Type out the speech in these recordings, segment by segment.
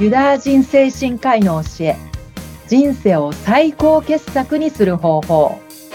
ユダヤ人精神科医の教え、人生を最高傑作にする方法。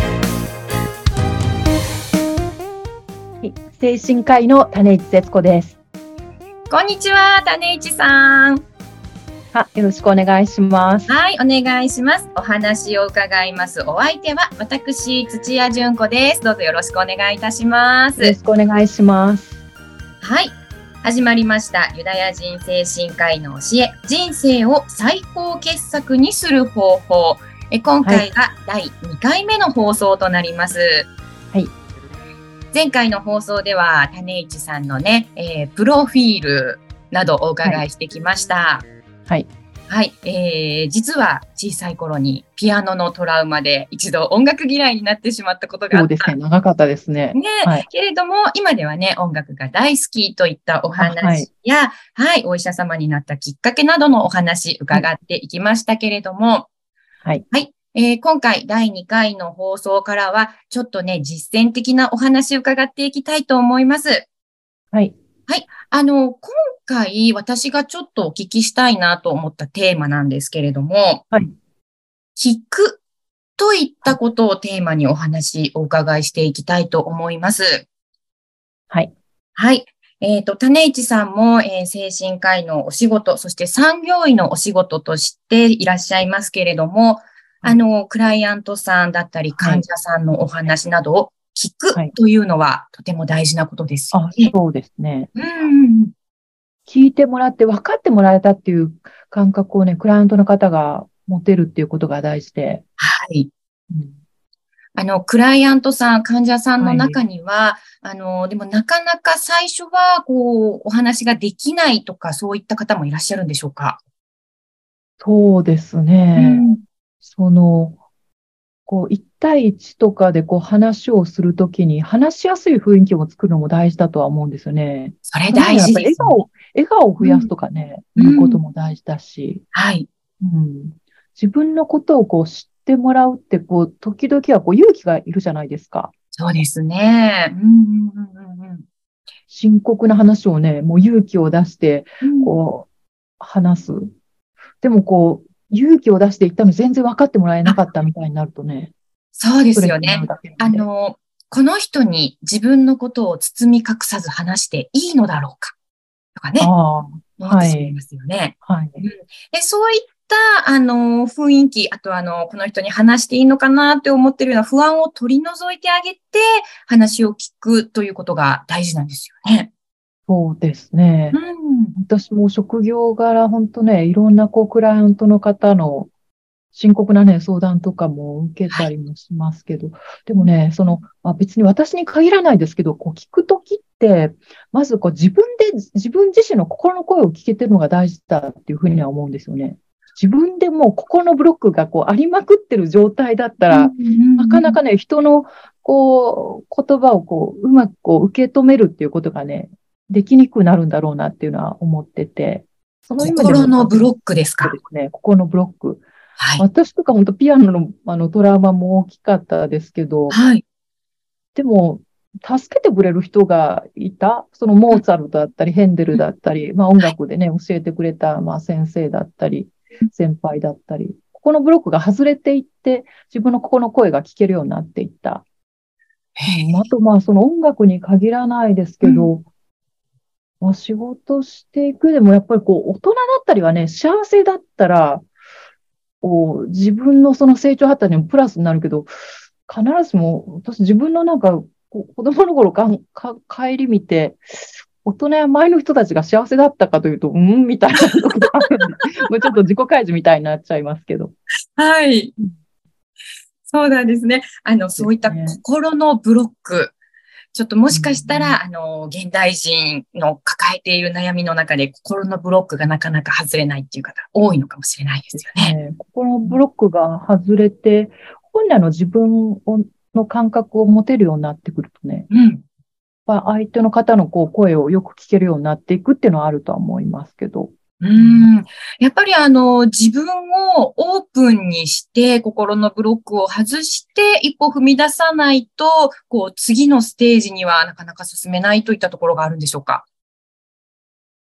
精神科医の種市節子です。 こんにちは、種市さん。 よろしくお願いします。 はい、お願いします。お話を伺います。お相手は私、土屋純子です。どうぞよろしくお願いいたします。 よろしくお願いします。 はい、始まりました。ユダヤ人精神科医の教え、人生を最高傑作にする方法。今回が第2回目の放送となります。 はい。 前回の放送では種市さんのね、プロフィールなどお伺いしてきました。 はい。 はい、実は小さい頃にピアノのトラウマで一度音楽嫌いになってしまったことがあった。 そうですね、長かったですね。 はい、けれども今ではね、音楽が大好きといったお話や、お医者様になったきっかけなどのお話伺っていきましたけれども、はい。今回第2回の放送からはちょっとね、実践的なお話を伺っていきたいと思います。 はい。 はい。今回私がちょっとお聞きしたいなと思ったテーマなんですけれども、 はい。 聞くといったことをテーマにお伺いしていきたいと思います。 はい。 はい。種市さんも、精神科医のお仕事、そして産業医のお仕事としていらっしゃいますけれども、クライアントさんだったり患者さんのお話などを聞くというのはとても大事なことですよね。 そうですね。聞いてもらって分かってもらえたっていう感覚をね、クライアントの方が持てるっていうことが大事で。 はい。クライアントさん、患者さんの中には、でもなかなか最初は、お話ができないとか、そういった方もいらっしゃるんでしょうか？ そうですね。1対1とかで話をするときに、話しやすい雰囲気を作るのも大事だとは思うんですよね。 それ大事ですね。 笑顔を増やすとかね、いうことも大事だし。 はい。 自分のことを知ってもらうって、時々は勇気がいるじゃないですか。 そうですね。 深刻な話をね、もう勇気を出して、話す。でも勇気を出して言ったのに全然分かってもらえなかったみたいになるとね。 そうですよね。この人に自分のことを包み隠さず話していいのだろうかとかね。思ってしまいますよね。で、そういった雰囲気、あとこの人に話していいのかなって思ってるような不安を取り除いてあげて、話を聞くということが大事なんですよね。 そうですね。私も職業柄、本当ね、いろんなクライアントの方の深刻なね、相談とかも受けたりもしますけど、でもね、別に私に限らないですけど、聞くときって、まず自分自身の心の声を聞けてるのが大事だっていうふうには思うんですよね。自分でもう心のブロックがありまくってる状態だったら、なかなかね、人の言葉をうまく受け止めるっていうことがね、できにくくなるんだろうなっていうのは思ってて。 心のブロックですか？ そうですね、心のブロック。私とか本当ピアノのトラウマも大きかったですけど、でも、助けてくれる人がいた、モーツァルトだったり、ヘンデルだったり、音楽でね、教えてくれた、先生だったり、先輩だったり、ここのブロックが外れていって、自分の心の声が聞けるようになっていった。あと、音楽に限らないですけど、仕事していくでも、やっぱり大人だったりはね、幸せだったら、自分の成長発展にもプラスになるけど、必ずしも、私自分の子供の頃帰り見て、大人や前の人たちが幸せだったかというと、みたいなことがあるんで、もうちょっと自己開示みたいになっちゃいますけど。 はい。そうなんですね。そういった心のブロック。ちょっともしかしたら、現代人の抱えている悩みの中で心のブロックがなかなか外れないっていう方多いのかもしれないですよね。 心のブロックが外れて、本来の自分の感覚を持てるようになってくるとね、相手の方の声をよく聞けるようになっていくっていうのはあるとは思いますけど。 やっぱり自分をオープンにして、心のブロックを外して、一歩踏み出さないと、次のステージにはなかなか進めないといったところがあるんでしょうか？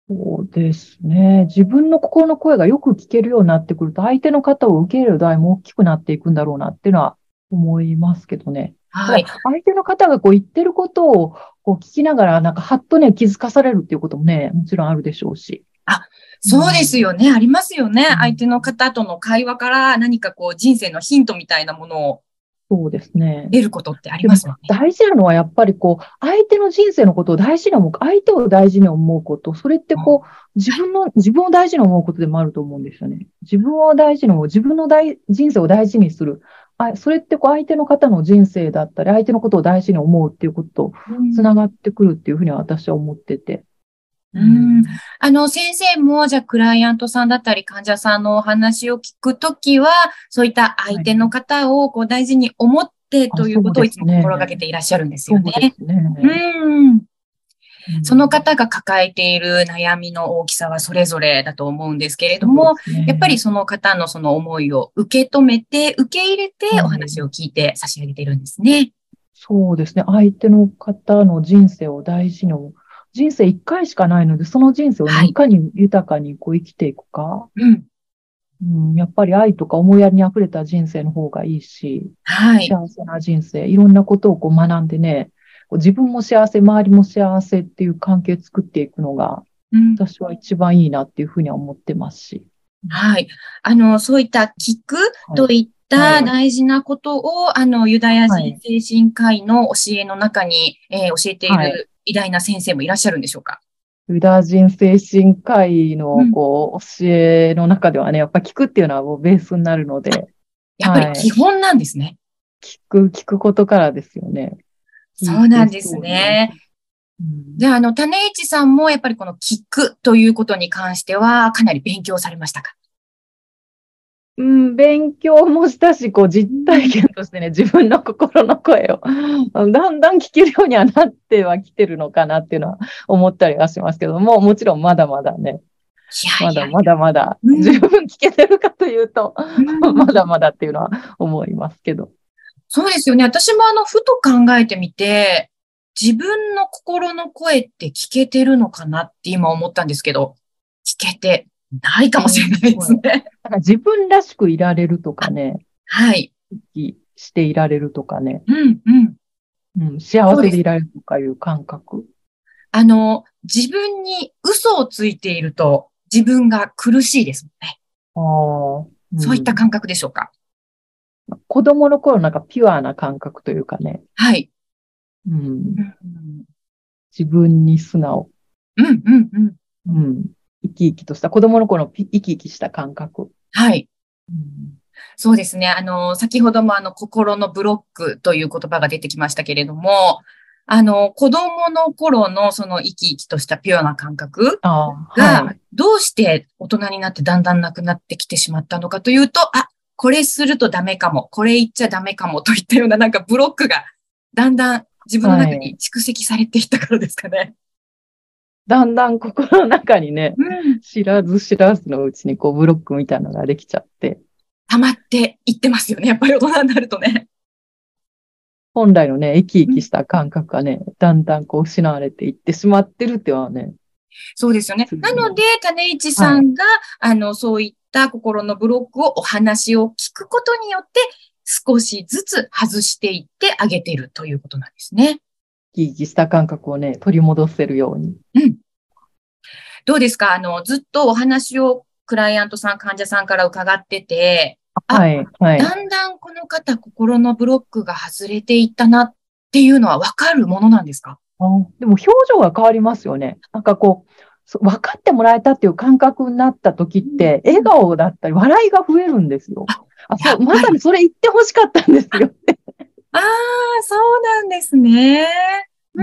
そうですね。自分の心の声がよく聞けるようになってくると、相手の方を受け入れる度合いも大きくなっていくんだろうなっていうのは思いますけどね。ただ、 はい。 相手の方がこう言ってることをこう聞きながら、なんかはっとね、気づかされるっていうこともね、もちろんあるでしょうし。 あ、 うそうですん。 よね。ありますよね。 うん。 相手の方との会話から何かこう人生のヒントみたいなものをそうですね。 得ることってありでも、 ますもんね。 大事なのはやっぱりこう、相手の人生のことを大事に思う、相手を大事に思うこと、それってうん、 こう、自分を大事に思うことでもあると思うんですよね。自分を大事に思う、自分の人生を大事にする。それってこう、相手の方の人生だったり、相手のことを大事に思うっていうこととうん。 つながってくるっていうふうには私は思ってて。ううん。 ん。 先生も、じゃあ、クライアントさんだったり、患者さんのお話を聞くときは、そういった相はい。 手の方をこう大事に思ってというそうことをいつもですね。 心がけていらっしゃるんですよね。 そうですね。 うん。 うそのん。 方が抱えている悩みの大きさはそれぞれだと思うんですけれども、 そうですね。 やっぱりその方のその思いを受け止めて、受け入れておはい。 話を聞いて差し上げているんですね。 そうですね。相手の方の人生を大事に思う。人生一回しかないので、その人生をね、 はい。 いかに豊かにこう生きていくか。 うん。 うん、やっぱり愛とか思いやりに溢れた人生の方がいいし、 はい。 幸せな人生、いろんなことをこう学んでね、こう自分も幸せ、周りも幸せっていう関係を作っていくのが、 うん。 私は一番いいなっていうふうには思ってますし。うん。 はい。そういった聞くはい。 といったはい。 大事なことを、ユダヤ人はい。 精神科医の教えの中に、教えていはい。 る偉大な先生もいらっしゃるんでしょうか？ ユダヤ人精神科医のうん。 こう教えの中ではね、やっぱ聞くっていうのはもうベースになるので、 やっぱりはい。 基本なんですね。 聞くことからですよね。聞いそうなて、 んですストーリーを聞ね。 いて。うん。 じゃあ、種市さんもやっぱりこの聞くということに関してはかなり勉強されましたか？ うん、勉強もしたし、こう実体うん。 験としてね、自分の心の声をだんだん聞けるようにはなってはきてるのかなっていうのは思ったりはしますけども、もちろんまだまだね、 いやいやいまだまだや。うん。 十分聞けてるかというと、 うまん。 だまだっていうのは思いますけど。 そうですよね。私もふと考えてみて、自分の心の声って聞けてるのかなって今思ったんですけど、聞けてないかもしれないですね。 だから自分らしくいられるとかね、 はい。 生きしていられるとかね、 うん、うん。 うん、幸そうです。 せでいられるとかいう感覚。 自分に嘘をついていると自分が苦しいですもんね。 ああ、うそういったん。 感覚でしょうか？ 子供の頃なんかピュアな感覚というかね、 はい。 うん、 うん、 自分に素直、 うん、うん、うん。 うん、生き生きとした子供の頃の生き生きした感覚。 はい。 うん、 そうですね。先ほども心のブロックという言葉が出てきましたけれども、子供の頃のその生き生きとしたピュアな感覚ああ、はが、 い。 どうして大人になってだんだんなくなってきてしまったのかというと、これするとダメかも、これ言っちゃダメかもといったようななんかブロックがだんだん自分の中にはい。 蓄積されていったからですかね。 だんだん心の中にね、 うん。 知らず知らずのうちにこうブロックみたいなのができちゃって、 溜まっていってますよね。やっぱり大人になるとね。 本来のね、生き生うん。 きした感覚がね、だんだんこう失われていってしまってるっていうのはね、 そうですよね。 すぐに。 なので、種市はい。 さんが、そういった心のブロックをお話を聞くことによって、少しずつ外していってあげているということなんですね。 生き生きした感覚をね、取り戻せるように。 うん。どうですか？ずっとお話をクライアントさん、患者さんから伺ってて、あ、 はい、はい。 だんだんこの方、心のブロックが外れていったなっていうのはわかるものなんですか？ でも表情が変わりますよね。なんかこう、分かってもらえたっていう感覚になった時っうん、 て、笑うん。 顔だったり、笑いが増えるんですよ。 やそう、まっぱり。 さにそれ言って欲しかったんですよ。 ああ、そうなんですね。ううん。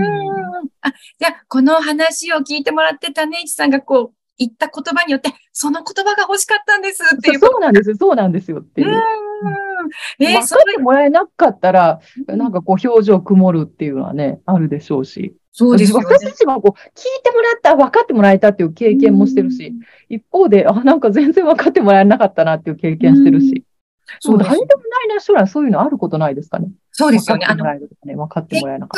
ん。じゃあ、この話を聞いてもらって種市さんがこう、言った言葉によって、その言葉が欲しかったんですっていうこと。 そうなんですよ、そうなんですよってういう。うん。 ん。 分かってもらえなかったら、なんかこう表情曇るっていうのはね、あるでしょうし。 そうですよね。 私たちもこう、聞いてもらった、分かってもらえたっていうう経験もしてるし、 ん。 一方で、なんか全然分かってもらえなかったなっていう経験してるうん。 し。もう誰でもそうです。 ないな人はそういうのあることないですかね。分かっそうですよね。 てもらえるとかね、分かってせっもらえなかっかくた。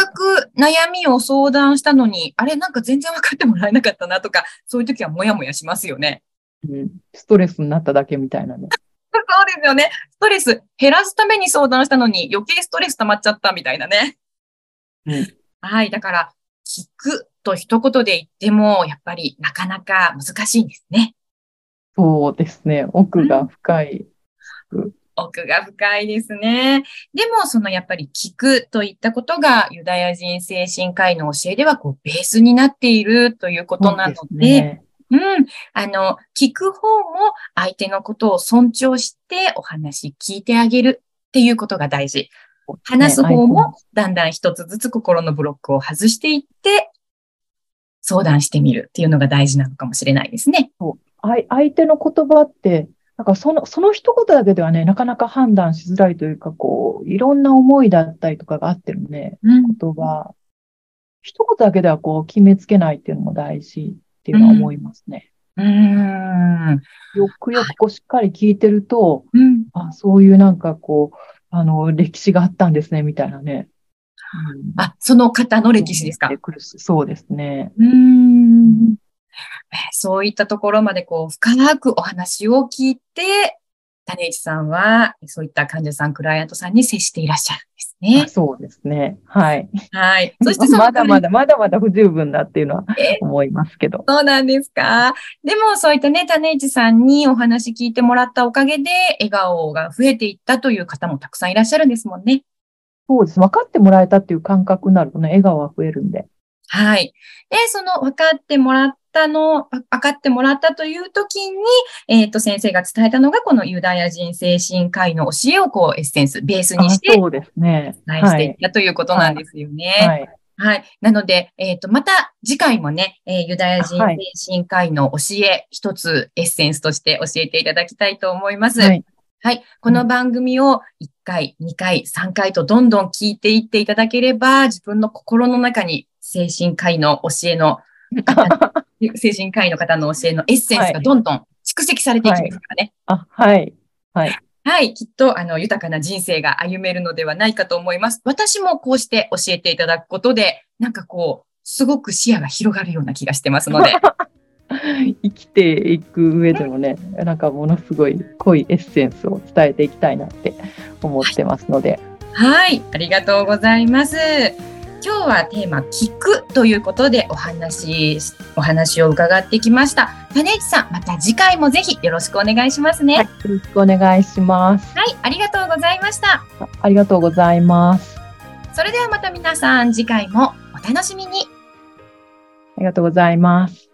悩みを相談したのに、あれなんか全然分かってもらえなかったなとか、そういう時はもやもやしますよね。 ストレスになっただけみたいなね。 そうですよね。ストレス減らすために相談したのに余計ストレス溜まっちゃったみたいなね。はい。だから、聞くと一言で言っても、やっぱりなかなか難しいんですね。 そうですね。奥が深い。 奥が深いですね。でも、やっぱり聞くといったことがユダヤ人精神科医の教えではベースになっているということなので、聞く方も相手のことを尊重してお話聞いてあげるっていうことが大事。話す方もだんだん一つずつ心のブロックを外していって相談してみるっていうのが大事なのかもしれないですね。 相手の言葉って、なんかその一言だけではね、なかなか判断しづらいというか、いろんな思いだったりとかがあってるね、言葉。一言だけでは決めつけないっていうのも大事っていうのは思いますね。よくよくしっかり聞いてると、そういうなんか歴史があったんですね、みたいなね。 その方の歴史ですか？ そうですね。 そういったところまで深くお話を聞いて、種市さんはそういった患者さん、クライアントさんに接していらっしゃるんですね。 そうですね。はい。 はい。そしてまだまだ不十分だっていうのは思いますけど。 そうなんですか。でもそういったね、種市さんにお話聞いてもらったおかげで、笑顔が増えていったという方もたくさんいらっしゃるんですもんね。 そうです。分かってもらえたっていう感覚になるとね、笑顔は増えるんで。 はい。で、分かってもらったという時に、先生が伝えたのが、このユダヤ人精神科医の教えをエッセンス、ベースにして、 そうですね。 伝えしていったということなんですよね。はい。なので、また次回もね、ユダヤ人精神科医の教え、一つエッセンスとして教えていただきたいと思います。はい。この番組を1回、2回、3回とどんどん聞いていっていただければ、自分の心の中に精神科医の教えの精神科医の方の教えのエッセンスがどんどん蓄積されていきますからね。はい。きっと、豊かな人生が歩めるのではないかと思います。私もこうして教えていただくことで、なんかすごく視野が広がるような気がしてますので。 生きていく上でもね、なんかものすごい濃いエッセンスを伝えていきたいなって思ってますので。 はい。ありがとうございます。今日はテーマ聞くということでお話を伺ってきました。種市さん、また次回もぜひよろしくお願いしますね。 よろしくお願いします。 はい、ありがとうございました。 ありがとうございます。 それではまた皆さん次回もお楽しみに。 ありがとうございます。